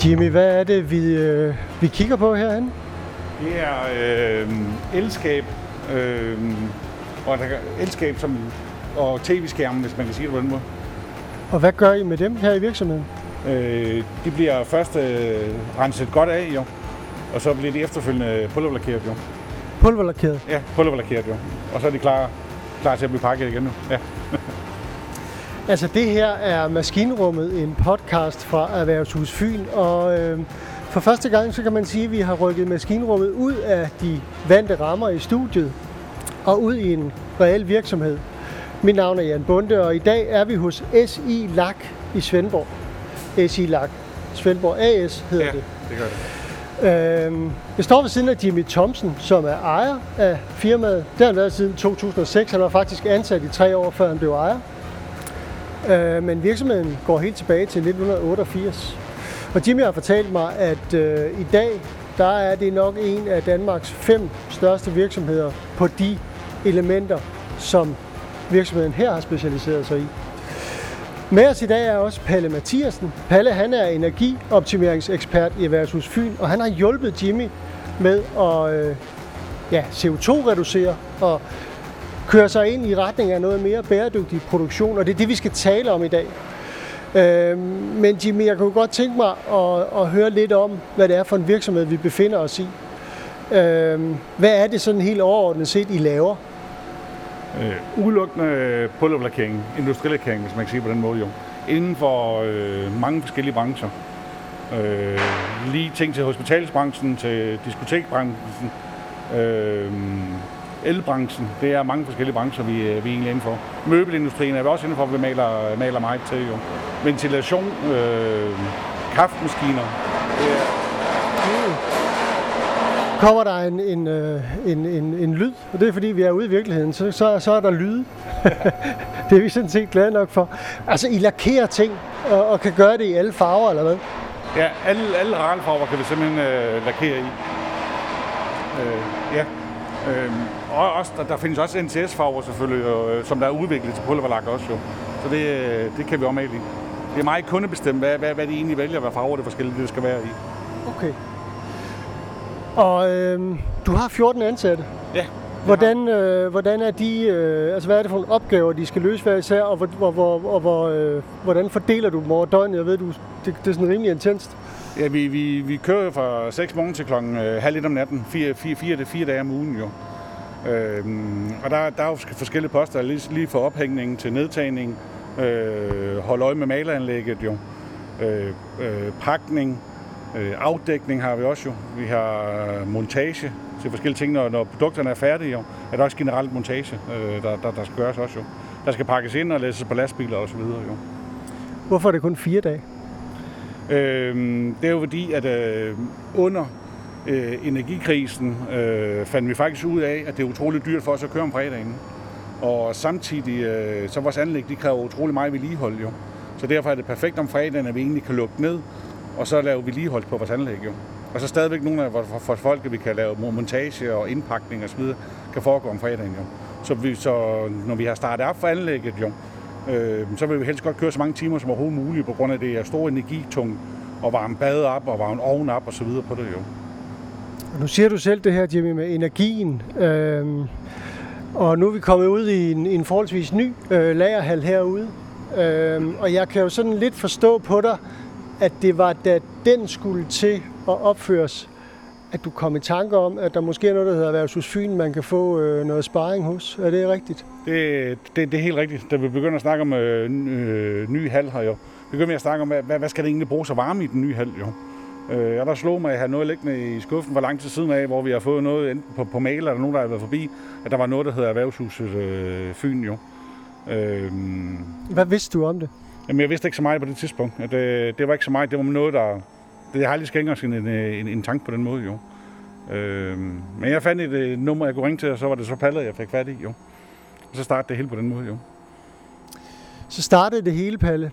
Jimmy, hvad er det, vi kigger på herhen? Det er elskab, og elskab og tv-skærme, hvis man kan sige det på den måde. Og hvad gør I med dem her i virksomheden? De bliver først renset godt af, jo, og så bliver de efterfølgende pulverlakeret, jo. Pulverlakeret? Ja, pulverlakeret, jo. Og så er de klar til at blive pakket igen nu. Ja. Altså det her er Maskinrummet, en podcast fra Erhvervshus Fyn, og for første gang så kan man sige, at vi har rykket Maskinrummet ud af de vante rammer i studiet og ud i en reel virksomhed. Mit navn er Jan Bonde, og i dag er vi hos SI Lak i Svendborg. SI Lak Svendborg AS hedder det. Ja, det gør det. Jeg står ved siden af Jimmy Thomsen, som er ejer af firmaet. Det har han været siden 2006. Han var faktisk ansat i 3 år, før han blev ejer. Men virksomheden går helt tilbage til 1988. Og Jimmy har fortalt mig, at i dag der er det nok en af Danmarks 5 største virksomheder på de elementer, som virksomheden her har specialiseret sig i. Med os i dag er også Palle Mathiasen. Palle, han er energioptimeringsekspert i Erhvervshus Fyn, og han har hjulpet Jimmy med at CO2-reducere og køre sig ind i retning af noget mere bæredygtig produktion, og det er det, vi skal tale om i dag. Men Jimmy, jeg kunne godt tænke mig at høre lidt om, hvad det er for en virksomhed, vi befinder os i. Hvad er det sådan helt overordnet set, I laver? Udelukkende pulverlakering, industrilakering, hvis man kan sige på den måde, jo. Inden for mange forskellige brancher. Lige ting til hospitalsbranchen, til diskotekbranchen, elbranchen. Det er mange forskellige brancher, vi er egentlig inden for. Møbelindustrien er vi også inden for, vi maler meget til, jo. Ventilation, kaffemaskiner. Kommer der en lyd, og det er fordi, vi er ude i virkeligheden, så er der lyde. Det er vi sådan set glade nok for. Altså, I lakerer ting, og kan gøre det i alle farver, eller hvad? Ja, alle rarfarver kan vi simpelthen lakere i. Ja. Og også, der findes også NCS-farver selvfølgelig, som der er udviklet til pulverlak også, jo. Så det kan vi også male i. Det er meget kundebestemt, hvad de egentlig vælger, hvad farver det forskellige det skal være i. Okay. Og du har 14 ansatte. Ja. Hvordan er de, altså hvad er det for nogle opgaver, de skal løse hver især, og hvordan fordeler du dem over døgnet? Jeg ved, det er sådan rimelig intenst. Ja, vi kører jo fra 6 morgen til klokken 0:30 om natten, 4 dage om ugen jo. Og der er jo forskellige poster, lige fra ophængning til nedtagning, holde øje med maleranlægget jo, pakning, afdækning har vi også jo. Vi har montage til forskellige ting, når produkterne er færdige jo. Er der også generelt montage, der skal gøres også jo. Der skal pakkes ind og læses på lastbiler og så videre jo. Hvorfor er det kun 4 dage? Det er jo fordi, at under energikrisen fandt vi faktisk ud af, at det er utroligt dyrt for os at køre om fredagen. Og samtidig så vores anlæg, de kræver utrolig meget vedligehold jo. Så derfor er det perfekt om fredagen, at vi egentlig kan lukke ned, og så lave vedligehold på vores anlæg jo. Og så stadigvæk nogle af vores folk, at vi kan lave montage og indpakning og så videre, kan foregå om fredagen jo. Så når vi har startet op for anlægget jo, så vil vi helst godt køre så mange timer som overhovedet muligt, på grund af det er stor energitung, og varme bad op, og varme ovn op og så videre på det jo. Nu siger du selv det her, Jimmy, med energien. Og nu er vi kommet ud i en forholdsvis ny lagerhal herude. Og jeg kan jo sådan lidt forstå på dig, at det var, da den skulle til at opføres, at du kom i tanke om, at der måske er noget, der hedder Erhvervshus Fyn, man kan få noget sparring hos. Er det rigtigt? Det er helt rigtigt. Da vi begynder at snakke om ny hal her jo, begynder vi at snakke om, hvad skal det egentlig bruge så varme i den nye hal jo. Og der slog mig, at jeg havde noget liggende i skuffen for lang tid siden af, hvor vi har fået noget enten på mail, eller nogen, der har været forbi, at der var noget, der hedder Erhvervshuset Fyn jo. Hvad vidste du om det? Jamen, jeg vidste ikke så meget på det tidspunkt. Det var ikke så meget. Det var noget, jeg har aldrig skænket en tanke på den måde, jo. Men jeg fandt et nummer, jeg kunne ringe til, og så var det så Palle, jeg fik fat i, jo. Og så startede det hele på den måde, jo. Så startede det hele, Palle.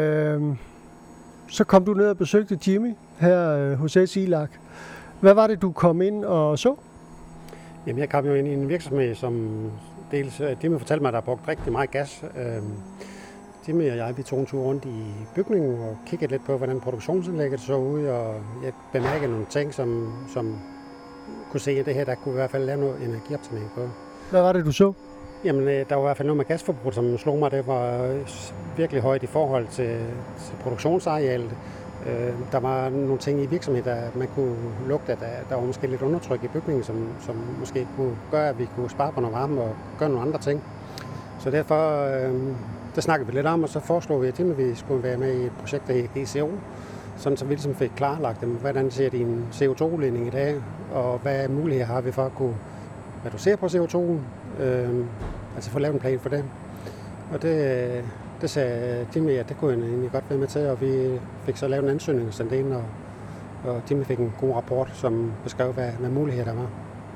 Så kom du ned og besøgte Jimmy her hos SI Lak. Hvad var det, du kom ind og så? Jamen, jeg kom jo ind i en virksomhed, som dels Jimmy fortalte mig, at der er brugt rigtig meget gas. Jimmy og jeg, vi tog en tur rundt i bygningen og kiggede lidt på, hvordan produktionsanlægget så ud, og jeg bemærkede nogle ting, som kunne se, at det her, der kunne i hvert fald lave noget energioptimering på. Hvad var det, du så? Jamen, der var i hvert fald noget med gasforbrug, som slog mig. Det var virkelig højt i forhold til produktionsarealet. Der var nogle ting i virksomheden, der man kunne lugte, at der var måske lidt undertryk i bygningen, som måske kunne gøre, at vi kunne spare på noget varme og gøre nogle andre ting. Så derfor der snakkede vi lidt om, og så foreslog vi, at vi skulle være med i et projekt, der hedder GCO, sådan så vi ligesom fik klarlagt dem, hvordan ser din CO2-udledning i dag, og hvad muligheder har vi for at kunne reducere på CO2'en, altså få lavet en plan for det. Og det sagde Jimmy, at det kunne jeg egentlig godt være med til, og vi fik så lavet en ansøgning og sendt ind, og Jimmy fik en god rapport, som beskrev, hvad muligheder der var.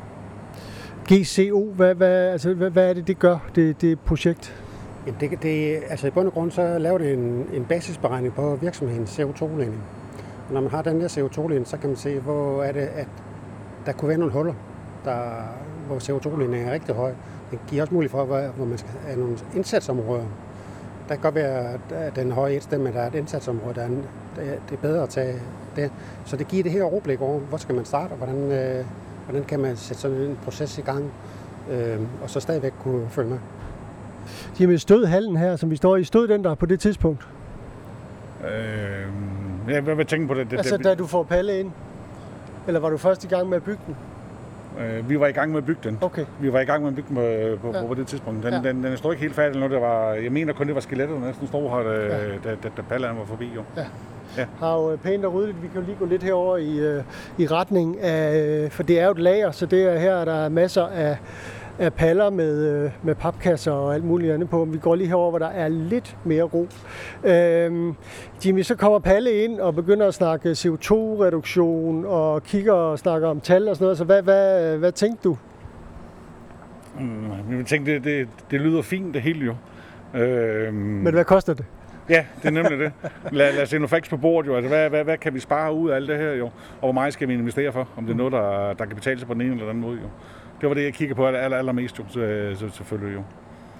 GCO, hvad er det gør, det projekt? Jamen altså i bund og grund så laver det en basisberegning på virksomhedens CO2-udledning. Og når man har den der CO2-udledning, så kan man se, hvor er det, at der kunne være nogle huller, hvor CO2-udledningen er rigtig høj. Det giver også mulighed for, hvor man skal have nogle indsatsområder. Der kan godt være, at den høje et sted, men der er et indsatsområde, det er bedre at tage det. Så det giver det her overblik over, hvor skal man starte, og hvordan kan man sætte sådan en proces i gang, og så stadigvæk kunne følge med. Jamen, stod hallen her, som vi står i, stod den der på det tidspunkt? Hvad tænker på det? Altså, da du får Palle ind? Eller var du først i gang med at bygge den? Vi var i gang med at bygge den. Okay. Vi var i gang med at bygge den på det tidspunkt. Den stod ikke helt færdig nu. Jeg mener kun, det var skelettet, der næsten stod her, da Palle var forbi. Jo. Ja. Ja. Har jo pænt og ryddeligt. Vi kan jo lige gå lidt herover i retning af, for det er jo et lager, så her er der masser af paller med papkasser og alt muligt andet på. Vi går lige herover, hvor der er lidt mere ro. Jimmy, så kommer Palle ind og begynder at snakke CO2-reduktion og kigger og snakker om tal og sådan noget. Så hvad tænkte du? Jeg tænkte, det lyder fint det hele jo. Men hvad koster det? Ja, det er nemlig det. Lad os se nogle facts på bordet jo. Altså, hvad kan vi spare ud af alt det her jo? Og hvor meget skal vi investere for? Om det er noget, der kan betale sig på den ene eller den anden måde jo. Det var det, jeg kigger på allermest jo, selvfølgelig jo.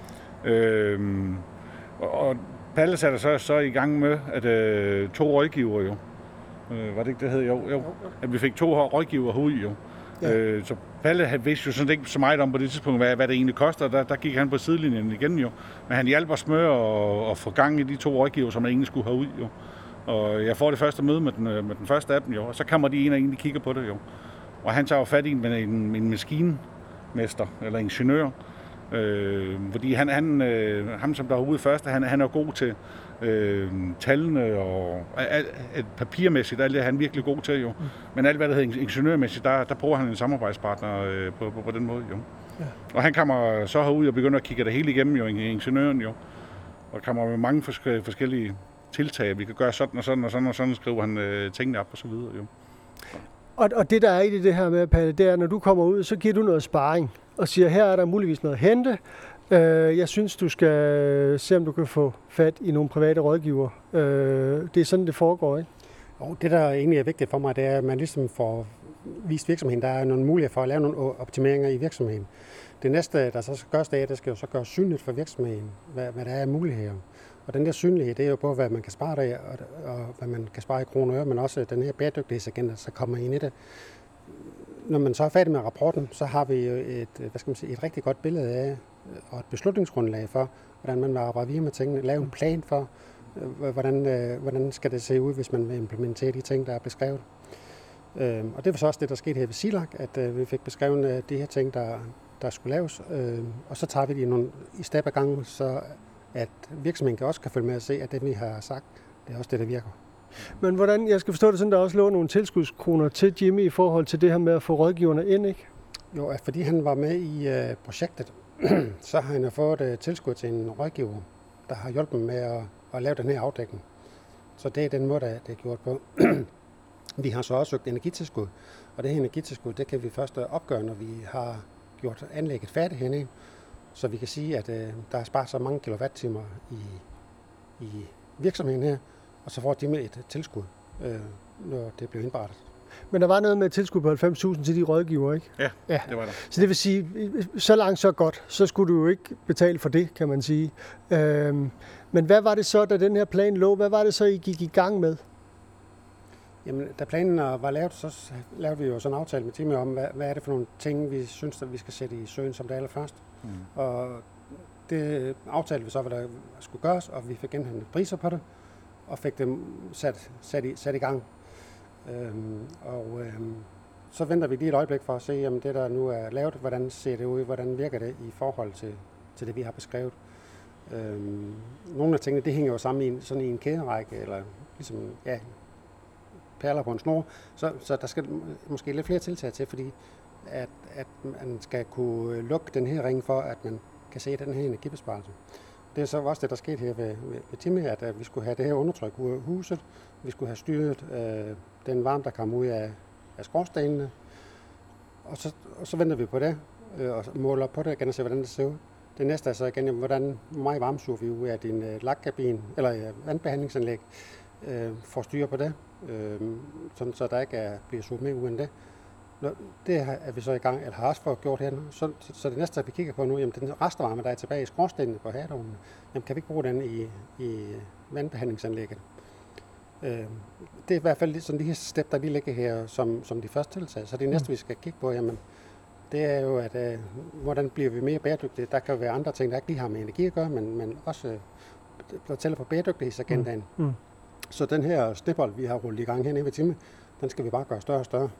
Og Palle satte så i gang med, at 2 rådgivere jo. Var det ikke det hed? Jo. At vi fik 2 rådgivere ud jo. Ja. Så Palle vidste jo sådan ikke så meget om på det tidspunkt, hvad det egentlig koster. Der gik han på sidelinjen igen jo. Men han hjalp os med at få gang i de 2 rådgivere, som man egentlig skulle have ud jo. Og jeg får det første møde med den første af dem jo. Og så kommer de en og en, de kigger på det jo. Og han tager jo fat i en maskinmester eller ingeniør. Fordi ham som der er ude først, han er god til tallene og papirmæssigt, alt det er han virkelig god til jo. Men alt hvad der hedder ingeniørmæssigt, der bruger han en samarbejdspartner på den måde jo. Ja. Og han kommer så herud og begynder at kigge det hele igennem jo, ingeniøren jo. Og kommer med mange forskellige tiltag. Vi kan gøre sådan og sådan og sådan og sådan, skriver han tingene op og så videre jo. Og det der er i det her med, Palle, det er, når du kommer ud, så giver du noget sparring og siger, her er der muligvis noget at hente. Jeg synes, du skal se, om du kan få fat i nogle private rådgiver. Det er sådan, det foregår, ikke? Og det, der egentlig er vigtigt for mig, det er, at man ligesom får vist virksomheden, der er nogle muligheder for at lave nogle optimeringer i virksomheden. Det næste, der så skal gøres, det skal jo så gøres synligt for virksomheden, hvad der er af muligheder. Og den der synlighed, det er jo på, hvad man kan spare der, og hvad man kan spare i kroner og øre, men også den her bæredygtighedsagenda, så kommer ind i det. Når man så er færdig med rapporten, så har vi jo et rigtig godt billede af, og et beslutningsgrundlag for, hvordan man vil arbejde videre med tingene, lave en plan for, hvordan skal det se ud, hvis man vil implementere de ting, der er beskrevet. Og det var så også det, der skete her ved SILAC, at vi fik beskrevet de her ting, der skulle laves, og så tager vi de i step ad gangen, så at virksomheden også kan følge med og se, at det, vi har sagt, det er også det, der virker. Men hvordan, jeg skal forstå det sådan, der også lå nogle tilskudskroner til Jimmy i forhold til det her med at få rådgiverne ind, ikke? Jo, fordi han var med i projektet, så har han fået tilskud til en rådgiver, der har hjulpet med at lave den her afdækning. Så det er den måde, det er gjort på. Vi har så også søgt energitilskud, og det her energitilskud, det kan vi først opgøre, når vi har gjort anlægget færdigt hernede. Så vi kan sige, at der er sparet så mange kilowattimer i virksomheden her, og så får de med et tilskud, når det bliver indberettet. Men der var noget med et tilskud på 90.000 til de rådgiver, ikke? Ja, det var der. Så det vil sige, så langt så godt, så skulle du jo ikke betale for det, kan man sige. Men hvad var det så, da den her plan lå? Hvad var det så, I gik i gang med? Jamen, da planen var lavet, så lavede vi jo sådan en aftale med teamet om, hvad er det for nogle ting, vi synes, at vi skal sætte i søen som det allerførst. Og det aftalte vi så, hvad der skulle gøres, og vi fik indhentet priser på det, og fik dem sat i gang. Så venter vi lige et øjeblik for at se, jamen det der nu er lavet, hvordan ser det ud, hvordan virker det i forhold til det, vi har beskrevet. Nogle af tingene, det hænger jo sammen i en kæderække, eller ligesom, ja, perler på en snor, så der skal måske lidt flere tiltag til, fordi at man skal kunne lukke den her ring for, at man kan se den her energibesparelse. Det er så også det, der skete her ved Timmy, at vi skulle have det her undertryk ud af huset, vi skulle have styret den varme, der kom ud af skorstenene, og så venter vi på det, og måler på det igen og ser, hvordan det ser ud. Det næste er så igen, hvordan meget varme suger vi ud af din lakkabine, eller vandbehandlingsanlæg, får styr på det, sådan, så der ikke bliver suget mere ud end det. Det er vi så i gang, eller har også fået gjort her nu. Så det næste, vi kigger på nu, jamen den restvarme, der er tilbage i skorstenene på hærdeovnen, jamen kan vi ikke bruge den i vandbehandlingsanlægget? Det er i hvert fald sådan de her step, der lige ligger her som de første tiltag. Så det næste, vi skal kigge på, jamen, det er jo, at hvordan bliver vi mere bæredygtige? Der kan jo være andre ting, der ikke lige har med energi at gøre, men også der tæller på bæredygtighedsagendaen. Så den her snebold, vi har rullet i gang hernede ved Timmy, den skal vi bare gøre større og større.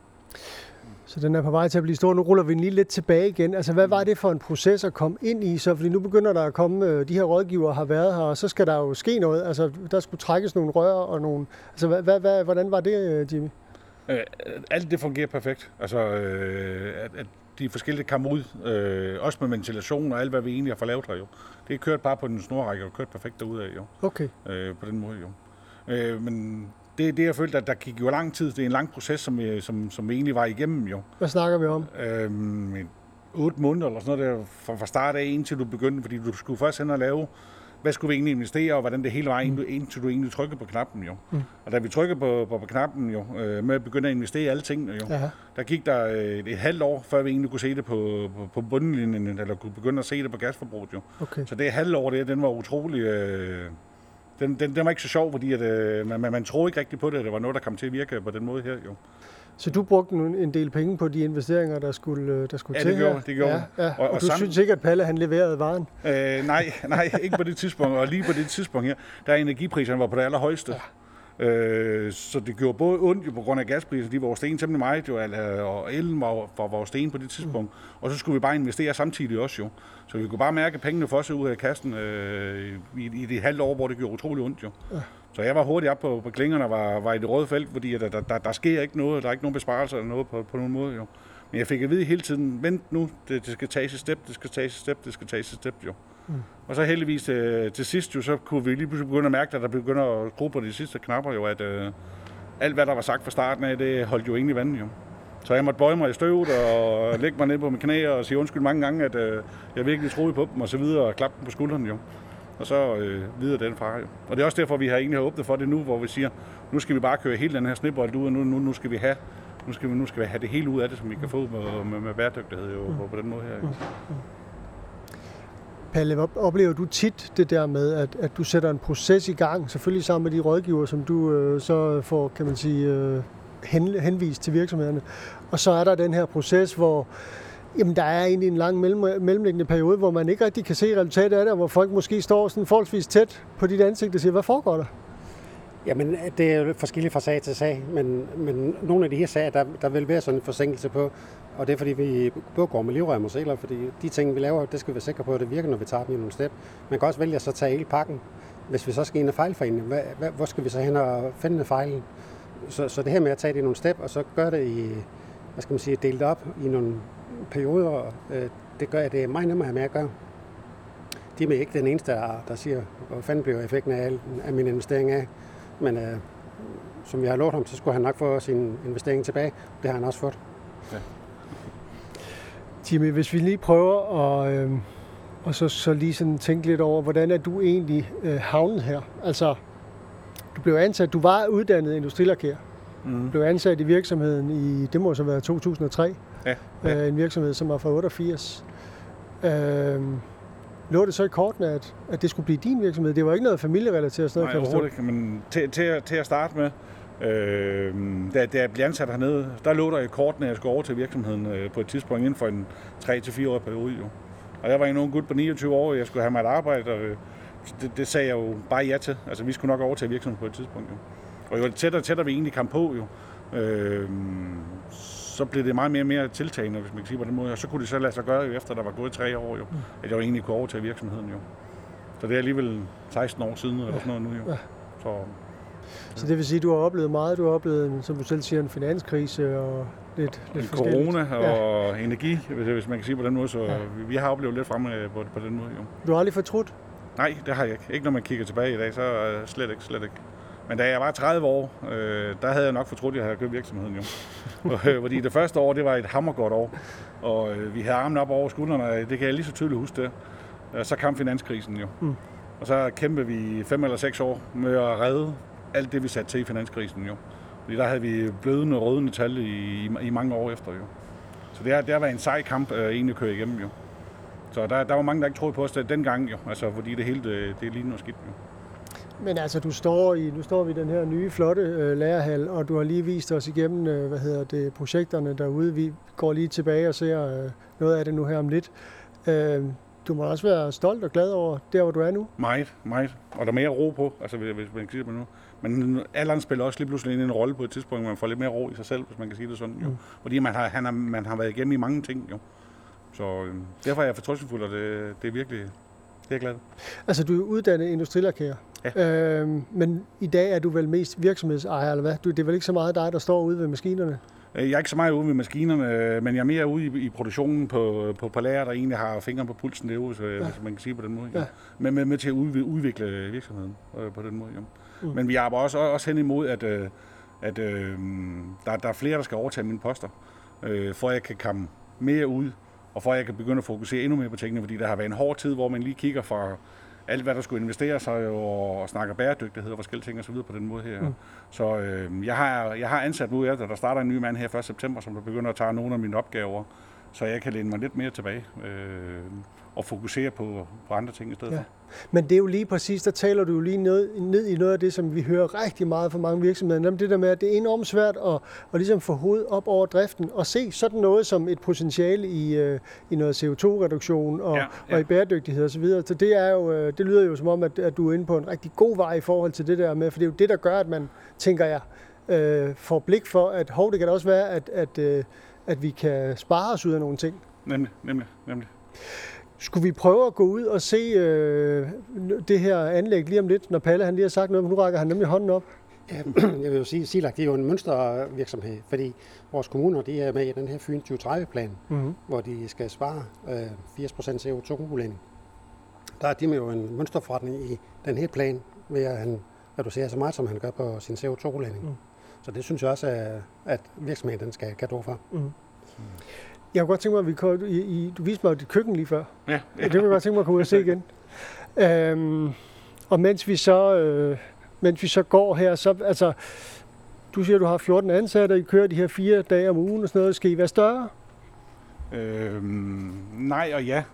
Så den er på vej til at blive stor. Nu ruller vi den lige lidt tilbage igen. Altså, hvad var det for en proces at komme ind i? Så, fordi nu begynder der at komme, de her rådgivere har været her, og så skal der jo ske noget. Altså, der skulle trækkes nogle rør og nogle... Altså, hvordan var det, Jimmy? Alt det fungerer perfekt. Altså, at de forskellige kommer ud, også med ventilation og alt, hvad vi egentlig har fået lavet her, jo. Det er kørt bare på den snorrække og kørt perfekt derudad, jo. Okay. På den måde, jo. Men det jeg følte, at der gik jo lang tid. Det er en lang proces, som vi egentlig var igennem, jo. Hvad snakker vi om? 8 måneder eller sådan noget der, fra start af, indtil du begyndte, fordi du skulle først hen og lave, hvad skulle vi egentlig investere, og hvordan det hele var, indtil du egentlig trykkede på knappen, jo. Og da vi trykkede på knappen, jo, med at begynde at investere i alle tingene, jo, der gik der et halvt år, før vi egentlig kunne se det på bundlinjen, eller kunne begynde at se det på gasforbruget, jo. Okay. Så det halvt år, den var utrolig... Den var ikke så sjov, fordi at, man troede ikke rigtigt på det, at det var noget, der kom til at virke på den måde her, jo. Så du brugte en del penge på de investeringer, der skulle til her? Det gjorde. Ja. Og du synes ikke, at Palle han leverede varen? Nej, ikke på det tidspunkt. Og lige på det tidspunkt her, der energipriserne var på det allerhøjeste. Ja. Så det gjorde både ondt jo på grund af gaspriser, de var sten temmelig meget jo, og elen var sten på det tidspunkt. Og så skulle vi bare investere samtidig også jo. Så vi kunne bare mærke pengene for sig ud af kassen i det halvt år, hvor det gjorde utrolig ondt jo. Ja. Så jeg var hurtigt op på klingerne og var i det røde felt, fordi der sker ikke noget, der er ikke nogen besparelser eller noget på nogen måde jo. Men jeg fik at vide hele tiden, vent nu, det skal tages et step, det skal tages et step jo. Og så heldigvis til sidst jo, så kunne vi lige pludselig begynde at mærke, at der begynder at skrue på de sidste knapper jo, at alt hvad der var sagt fra starten af, det holdt jo egentlig vandet jo. Så jeg måtte bøje mig i støvet og lægge mig ned på mine knæ og sige undskyld mange gange, at jeg virkelig troede på dem og så videre og klappe dem på skulderen jo. Og så videre den fra jo. Og det er også derfor, vi har egentlig åbnet for det nu, hvor vi siger, nu skal vi bare køre hele den her snebold ud, og nu skal vi have det hele ud af det, som vi kan få med bæredygtighed jo, på den måde her. Jo. Palle, oplever du tit det der med, at du sætter en proces i gang, selvfølgelig sammen med de rådgiver, som du så får, kan man sige, henvist til virksomhederne. Og så er der den her proces, hvor jamen, der er egentlig en lang mellemliggende periode, hvor man ikke rigtig kan se resultatet af det, og hvor folk måske står sådan forholdsvis tæt på dit ansigt og siger, hvad foregår der? Jamen, det er jo forskelligt fra sag til sag, men nogle af de her sager, der vil være sådan en forsinkelse på, og det er fordi, vi både går med livrør og seler, fordi de ting, vi laver, det skal vi være sikre på, at det virker, når vi tager dem i nogle step. Man kan også vælge at så tage hele pakken. Hvis vi så skal ind og fejlforene, hvor skal vi så hen og finde fejlen? Så det her med at tage det i nogle step, og så gør det i, hvad skal man sige, delt op i nogle perioder, det gør, at det er meget nemmere at have med at gøre. De er ikke den eneste, der siger, hvor fanden bliver effekten af min investering af. Men som jeg har lovet ham, så skulle han nok få sin investering tilbage. Det har han også fået. Ja. Jimmy, hvis vi lige prøver at så lige sådan tænke lidt over, hvordan er du egentlig havnet her? Altså, du blev ansat, du var uddannet industrilakær. blev ansat i virksomheden i, det må så være 2003. Ja. En virksomhed, som var fra 88. Lå det så i kortene, at det skulle blive din virksomhed? Det var ikke noget familierelateret? Nej, overhovedet ikke. Men til at starte med, da jeg blev ansat hernede, der lå der i kortene, at jeg skulle over til virksomheden på et tidspunkt inden for en 3-4 årig periode. Jo. Og jeg var en ung gut på 29 år, og jeg skulle have mig et arbejde, og det sagde jeg jo bare ja til. Altså, vi skulle nok over til virksomheden på et tidspunkt. Jo. Og jo tættere vi egentlig kom på, jo, så blev det meget mere tiltagende, hvis man kan sige på den måde. Og så kunne det så lade sig gøre, jo, efter der var gået 3 år, jo, at jeg jo egentlig kunne over til virksomheden. Jo. Så det er alligevel 16 år siden, eller sådan noget nu. Jo. Ja. Så det vil sige, at du har oplevet meget. Du har oplevet, som du selv siger, en finanskrise og lidt corona og energi, hvis man kan sige på den måde. Så vi har oplevet lidt fremme på den måde. Jo. Du har aldrig fortrudt? Nej, det har jeg ikke. Ikke når man kigger tilbage i dag, så slet ikke. Men da jeg var 30 år, der havde jeg nok fortrudt, at jeg havde købt virksomheden. Jo. Fordi det første år, det var et hammergodt år. Og vi havde armen op over skuldrene, det kan jeg lige så tydeligt huske det. Så kom finanskrisen jo. Og så kæmpede vi 5 eller 6 år med at redde alt det, vi satte til i finanskrisen jo. Fordi der havde vi blødende og rødende tal i mange år efter jo. Så det har været en sej kamp egentlig at køre igennem jo. Så der var mange, der ikke troede på os dengang jo. Altså fordi det hele det lige noget skidt jo. Men altså, nu står vi i den her nye, flotte lagerhal, og du har lige vist os igennem, projekterne derude. Vi går lige tilbage og ser noget af det nu her om lidt. Du må også være stolt og glad over der, hvor du er nu. Meget. Og der er mere ro på, altså hvis man kan sige det på nu. Men alderen spiller også lige pludselig en rolle på et tidspunkt, man får lidt mere ro i sig selv, hvis man kan sige det sådan. Jo. Fordi man har været igennem i mange ting. Jo. Så derfor er jeg fortrøstningsfuld, og det er virkelig, det er jeg glad. Altså, du er uddannet industrilakærer. Ja. Men i dag er du vel mest virksomhedsejer, eller hvad? Det er vel ikke så meget dig, der står ude ved maskinerne? Jeg er ikke så meget ude ved maskinerne, men jeg er mere ude i produktionen på lager, der egentlig har fingeren på pulsen derude, hvis man kan sige på den måde. Ja. Men med til at udvikle virksomheden på den måde. Ja. Men vi arbejder også hen imod, at der er flere, der skal overtage mine poster, for at jeg kan komme mere ud, og for at jeg kan begynde at fokusere endnu mere på tingene, fordi der har været en hård tid, hvor man lige kigger fra alt, hvad der skulle investeres og snakker bæredygtighed og forskellige ting og så videre på den måde her. Så jeg har ansat nu, der starter en ny mand her 1. september, som der begynder at tage nogle af mine opgaver, så jeg kan læne mig lidt mere tilbage og fokusere på andre ting i stedet for. Men det er jo lige præcis, der taler du jo lige ned i noget af det, som vi hører rigtig meget fra mange virksomheder, nemlig det der med, at det er enormt svært at ligesom få hovedet op over driften og se sådan noget som et potentiale i noget CO2-reduktion og i bæredygtighed osv. Så det er jo, det lyder jo som om, at du er inde på en rigtig god vej i forhold til det der med, for det er jo det, der gør, at man, tænker jeg, får blik for, at det kan da også være, at vi kan spare os ud af nogle ting. Nemlig. Skulle vi prøve at gå ud og se det her anlæg lige om lidt, når Palle han lige har sagt noget, men nu rækker han nemlig hånden op? Ja, jeg vil jo sige, Silak, det er jo en mønstervirksomhed, fordi vores kommuner, de er med i den her Fyn 2030-plan, hvor de skal spare 80% CO2-udledning. Der er de med jo en mønsterforretning i den her plan, ved at han reducerer så meget, som han gør på sin CO2-udledning. Så det synes jeg også, at virksomheden skal gave for. Jeg kunne godt tænke mig, at du viste mig dit køkken lige før. Ja. Det kunne jeg godt tænke mig at komme ud og se igen. Og mens vi så går her, så altså, du siger, at du har 14 ansatte, og I kører de her 4 dage om ugen og sådan noget. Skal I være større? Nej og ja.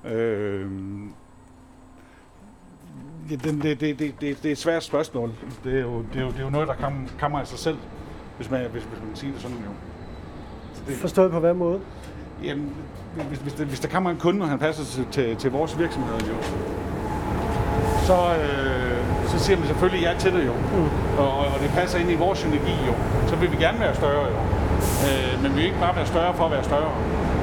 Det er et svært spørgsmål. Det er jo noget, der kommer af sig selv, hvis man siger det sådan jo. Forstået på hvad måde? Jamen, hvis der kommer en kunde, og han passer til vores virksomhed, jo, så siger man selvfølgelig ja til det jo. Og det passer ind i vores synergi jo. Så vil vi gerne være større jo. Men vi vil ikke bare være større for at være større.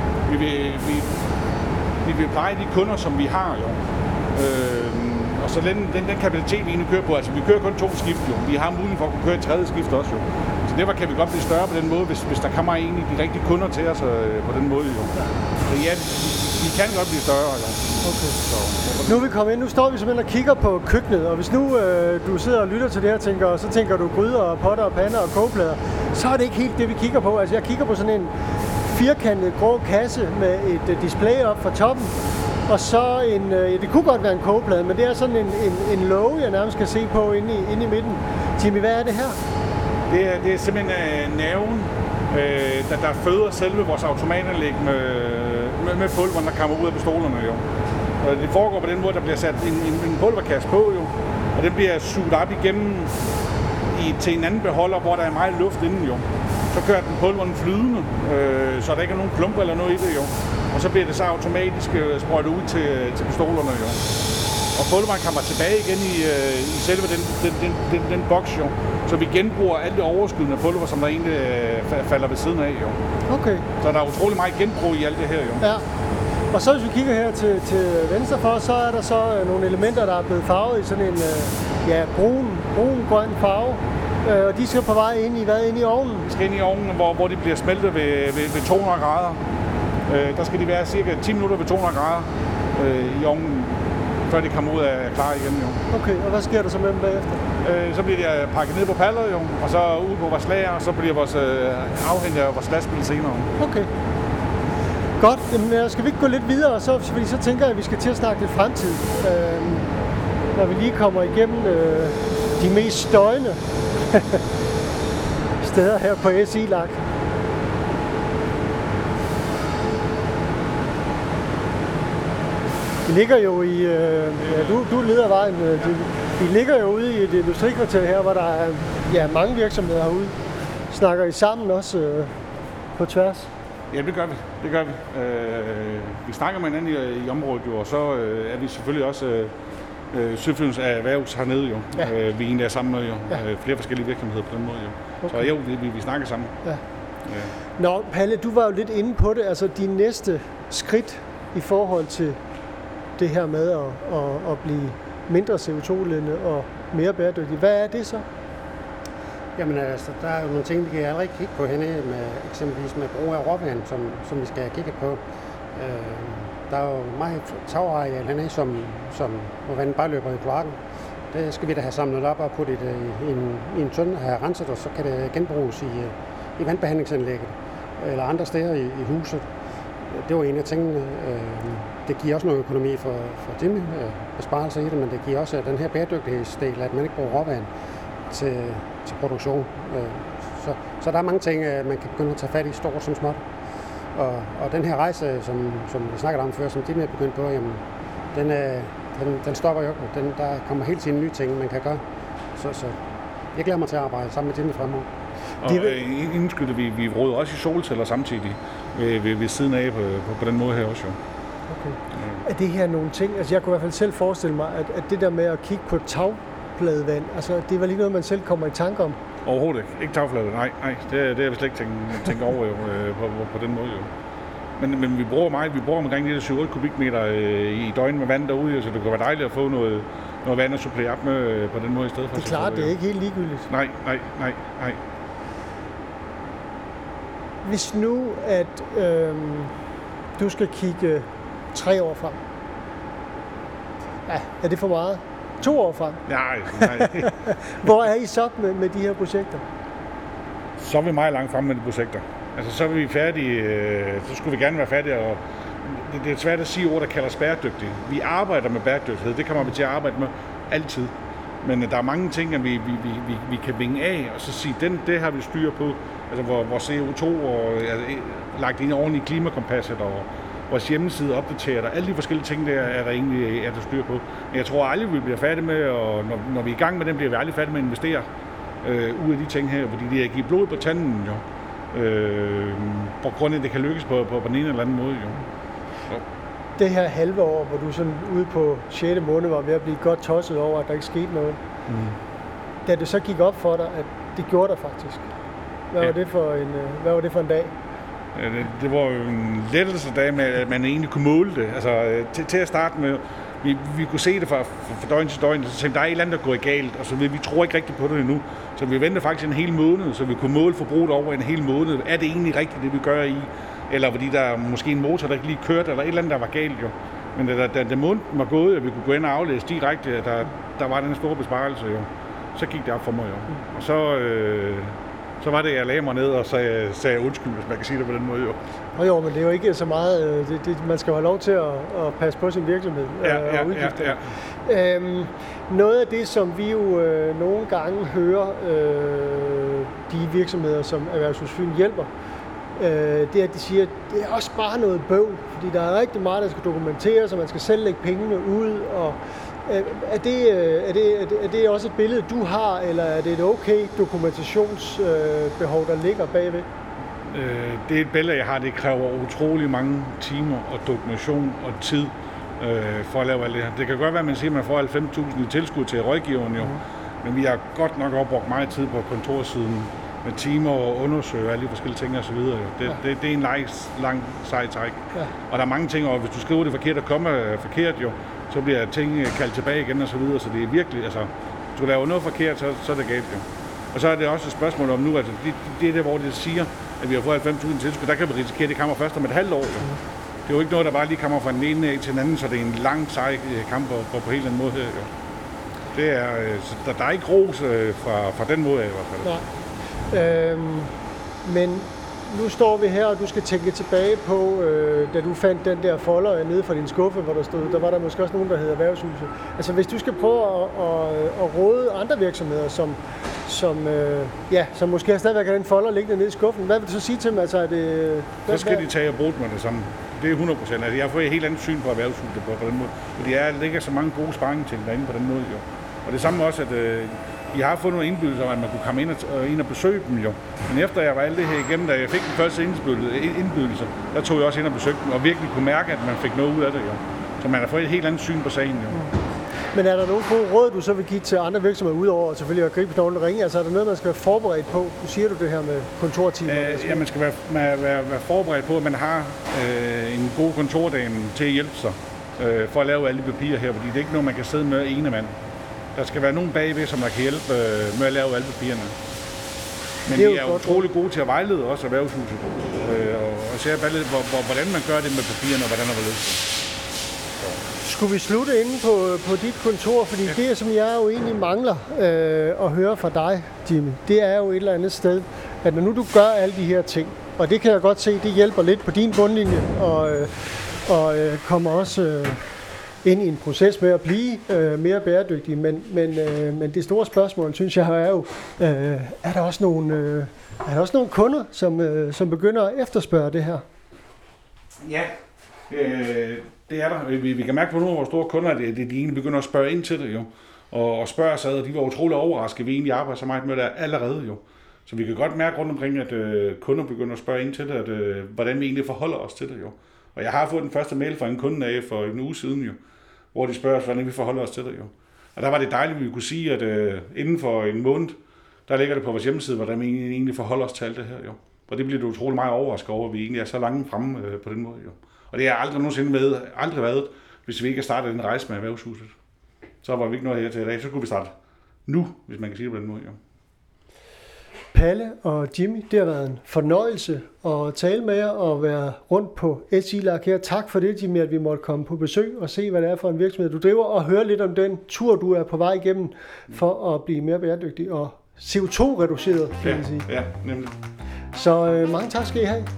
Vi vil pleje de kunder, som vi har jo. Og så den kapacitet, vi egentlig kører på, altså vi kører kun 2 skift jo. Vi har mulighed for at kunne køre et 3. skift også jo. Så derfor kan vi godt blive større på den måde, hvis der kommer egentlig de rigtige kunder til os på den måde jo. Så ja, vi kan godt blive større jo. Okay. Nu er vi kommet ind, nu står vi simpelthen og kigger på køkkenet, og hvis nu du sidder og lytter til det her, så tænker du gryder og potter og pander og kogeplader, så er det ikke helt det, vi kigger på. Altså jeg kigger på sådan en firkantet grå kasse med et display op fra toppen, og så det kunne godt være en kogeplade, men det er sådan en låge, jeg nærmest kan se på inde i midten. Jimmy, hvad er det her? Det er simpelthen nerven, der føder selve vores automatanlæg med pulveren, der kommer ud af pistolerne jo. Og det foregår på den måde, der bliver sat en pulverkasse på jo, og den bliver suget op igennem til en anden beholder, hvor der er meget luft inden jo. Så kører den pulveren flydende, så der ikke er nogen klumper eller noget i det jo. Og så bliver det så automatisk sprøjtet ud til pistolerne jo. Og pulveren kommer tilbage igen i selve den boks jo. Så vi genbruger alt det overskydende pulver, som der egentlig falder ved siden af jo. Okay. Så der er utrolig meget genbrug i alt det her jo. Ja. Og så hvis vi kigger her til venstre for, så er der så nogle elementer, der er blevet farvet i sådan en brun-grøn farve. Og de skal på vej ind i ovnen? De skal ind i ovnen, hvor de bliver smeltet ved 200 grader. Der skal de være cirka 10 minutter ved 200 grader i ovnen, før de kommer ud af klar igen. Jo. Okay, og hvad sker der så med dem bagefter? Så bliver de pakket ned på paller, jo, og så ud på vores lager, og så bliver vores afhentet af vores lastbil senere. Okay. Godt, jamen, skal vi ikke gå lidt videre, fordi så tænker jeg, at vi skal til at snakke lidt fremtid. Når vi lige kommer igennem de mest støjende steder her på SI-lak. Vi ligger jo i, du leder vejen, vi ligger jo ude i et industrikvarter her, hvor der er mange virksomheder herude. Snakker I sammen også på tværs? Ja, det gør vi. Vi snakker med hinanden i området jo, og så er vi selvfølgelig også Søfyns erhvervs hernede jo. Ja. Vi egentlig er sammen med jo. Ja. Flere forskellige virksomheder på den måde jo. Okay. Så jo, vi snakker sammen. Ja. Ja. Nå, Palle, du var jo lidt inde på det, altså de næste skridt i forhold til det her med at blive mindre CO2-udledende og mere bæredygtig. Hvad er det så? Jamen altså, der er jo nogle ting, vi kan allerede kigge på henne, med eksempelvis med brug af råvand, som vi skal kigge på. Der er jo meget tagareal henne, som hvor vandet bare løber i kloakken. Det skal vi da have samlet op og puttet i en tønde, have renset, og så kan det genbruges i vandbehandlingsanlægget eller andre steder i huset. Det var en af tingene. Det giver også noget økonomi for Jimmy, besparelser i det, men det giver også den her bæredygtighedsdel, at man ikke bruger råvand til produktion. Så der er mange ting, man kan begynde at tage fat i, stort som småt. Og den her rejse, som vi snakkede om før, som Jimmy er begyndt på, jamen, den stopper jo ikke. Der kommer hele tiden nye ting, man kan gøre. Så jeg glæder mig til at arbejde sammen med Jimmy fremover. Og indskyder vi råder også i solceller samtidig ved siden af på den måde her også jo. Okay. Er det her nogle ting, altså jeg kunne i hvert fald selv forestille mig, at det der med at kigge på tagpladevand, altså det var lige noget, man selv kommer i tanke om? Overhovedet ikke. Ikke tagflade, nej. Det er vi slet ikke tænkt over jo, på den måde jo. Men vi bruger meget. Vi bruger omkring 7-8 kubikmeter i døgnet med vand derude, så det kunne være dejligt at få noget vand at supplere op med på den måde i stedet for. Det er klart, det er ikke helt ligegyldigt. Nej. Hvis nu, at du skal kigge 3 år frem. Ja, er det for meget? 2 år frem? Nej. Hvor er I så med de her projekter? Så er vi meget langt frem med de projekter. Altså, så er vi færdige, så skulle vi gerne være færdige, og det er svært at sige ord, der kalder bæredygtig. Vi arbejder med bæredygtighed, det kommer vi til at arbejde med altid. Men der er mange ting, at vi kan vinge af, og så sige, det har vi styr på. Altså, hvor CO2 er lagt ind ordentligt i klimakompasset, og vores hjemmeside opdateret, og alle de forskellige ting, der er der egentlig der styr på. Men jeg tror aldrig, vi bliver færdige med, og når vi er i gang med dem, bliver vi aldrig færdige med at investere ud af de ting her, fordi de har givet blod på tanden, jo. På grund af, at det kan lykkes på den ene eller anden måde, jo. Så. Det her halve år, hvor du sådan ude på 6. måned var ved at blive godt tosset over, at der ikke skete noget. Da det så gik op for dig, at det gjorde der faktisk. Hvad var det for en dag? Det var jo en lettelsesdag med, at man egentlig kunne måle det. Altså, til at starte med, vi kunne se det fra døgn til døgn, så tænkte, der er et eller andet, der går galt, og så vi tror ikke rigtigt på det endnu. Så vi ventede faktisk en hel måned, så vi kunne måle forbruget over en hel måned. Er det egentlig rigtigt, det vi gør i? Eller fordi der er måske en motor, der ikke lige kørte, eller et eller andet, der var galt jo. Men da måneden var gået, at vi kunne gå ind og aflæse direkte, at der var den store besparelse jo. Så gik det op for mig jo. Og så var det, jeg lagde mig ned og sagde undskyld, hvis man kan sige det på den måde jo. Jo, men det er jo ikke så meget, man skal jo have lov til at passe på sin virksomhed og udgifter. Ja. Noget af det, som vi jo nogle gange hører de virksomheder, som Erhvervshus Fyn hjælper, det er, at de siger, at det er også bare noget bøvl, fordi der er rigtig meget, der skal dokumenteres, og man skal selv lægge pengene ud. Og er det også et billede, du har, eller er det et okay dokumentationsbehov, der ligger bagved? Det er et billede, jeg har. Det kræver utrolig mange timer og dokumentation og tid for at lave alt det her. Det kan godt være, at man siger, at man får 90.000 i tilskud til rådgiveren jo, men vi har godt nok opbrugt meget tid på kontorsiden med timer og undersøge alle de forskellige ting og så videre. Det er en lang sej træk. Ja. Og der er mange ting, og hvis du skriver det forkert og kommer forkert jo, så bliver ting kaldt tilbage igen og så videre, så det er virkelig, altså, hvis du laver noget forkert, så er det galt jo. Og så er det også et spørgsmål om nu, altså det er der, hvor det siger, at vi har fået 90.000 tilskud, der kan vi risikere, at det kommer først om et halvt år. Jo. Det er jo ikke noget, der bare lige kommer fra den ene til den anden, så det er en lang sej kamp på helt anden måde her jo. Det er, der er ikke ros fra den måde af i hvert fald. Nej. Men nu står vi her, og du skal tænke tilbage på, da du fandt den der folder nede fra din skuffe, hvor der stod, der var der måske også nogen, der hedder Erhvervshuset. Altså hvis du skal prøve at råde andre virksomheder, som måske stadigvæk har den folder liggende nede i skuffen, hvad vil du så sige til dem? Altså, så skal de tage og bruge med det samme. Det er 100%. Altså, jeg har fået et helt andet syn på Erhvervshuset på den måde. Fordi der ligger så mange gode sparringting derinde på den måde. Jo. Og det samme også, at I har fået nogle indbydelser, at man kunne komme ind og besøge dem jo. Men efter jeg var alt det her igennem, da jeg fik den første indbydelse, der tog jeg også ind og besøgte dem, og virkelig kunne mærke, at man fik noget ud af det jo. Så man har fået et helt andet syn på sagen jo. Men er der nogle gode råd, du så vil give til andre virksomheder, udover selvfølgelig at gribe knoglen og ringe? Altså er der noget, man skal være forberedt på? Nu siger du det her med kontortimer. Ja, man skal være forberedt på, at man har en god kontordame til at hjælpe sig for at lave alle de papirer her, fordi det er ikke noget, man kan sidde med ene mand. Der skal være nogen bagved, som der kan hjælpe med at lave alle papirerne. Men de er utrolig gode til at vejlede også Erhvervshuset. Og se hvordan man gør det med papirerne og hvordan der var løst. Skulle vi slutte inde på dit kontor? Fordi det, som jeg jo egentlig mangler at høre fra dig, Jimmy, det er jo et eller andet sted, at når nu du gør alle de her ting, og det kan jeg godt se, det hjælper lidt på din bundlinje, og kommer også ind i en proces med at blive mere bæredygtig. Men det store spørgsmål, synes jeg, er jo, er der også nogle kunder, som begynder at efterspørge det her? Ja, det er der. Vi kan mærke på nogle af vores store kunder, at de egentlig begynder at spørge ind til det jo. Og spørge sig, og de var utrolig overrasket, at vi egentlig arbejder så meget med det allerede jo. Så vi kan godt mærke rundt omkring, at kunder begynder at spørge ind til det, at, hvordan vi egentlig forholder os til det jo. Og jeg har fået den første mail fra en kunde af for en uge siden jo, hvor de spørger os, hvordan vi forholder os til det jo. Og der var det dejligt, at vi kunne sige, at inden for en måned, der ligger det på vores hjemmeside, hvordan vi egentlig forholder os til alt det her jo. Og det bliver det utrolig meget overrasket over, at vi egentlig er så langt fremme på den måde jo. Og det har aldrig nogensinde været, hvis vi ikke har startet en rejse med Erhvervshuset. Så var vi ikke noget her til i dag, så kunne vi starte nu, hvis man kan sige det på den måde jo. Palle og Jimmy, det har været en fornøjelse at tale med jer og være rundt på SI-Lak her. Tak for det, Jimmy, at vi måtte komme på besøg og se, hvad det er for en virksomhed, du driver, og høre lidt om den tur, du er på vej igennem for at blive mere bæredygtig og CO2-reduceret, kan man sige. Ja, nemlig. Så mange tak skal I have.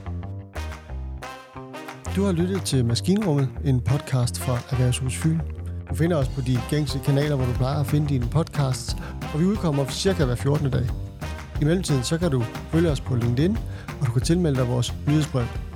Du har lyttet til Maskinrummet, en podcast fra Erhvervshus Fyn. Du finder os på de gængse kanaler, hvor du plejer at finde dine podcasts, og vi udkommer cirka hver 14. dag. I mellemtiden så kan du følge os på LinkedIn, og du kan tilmelde dig vores nyhedsbrev.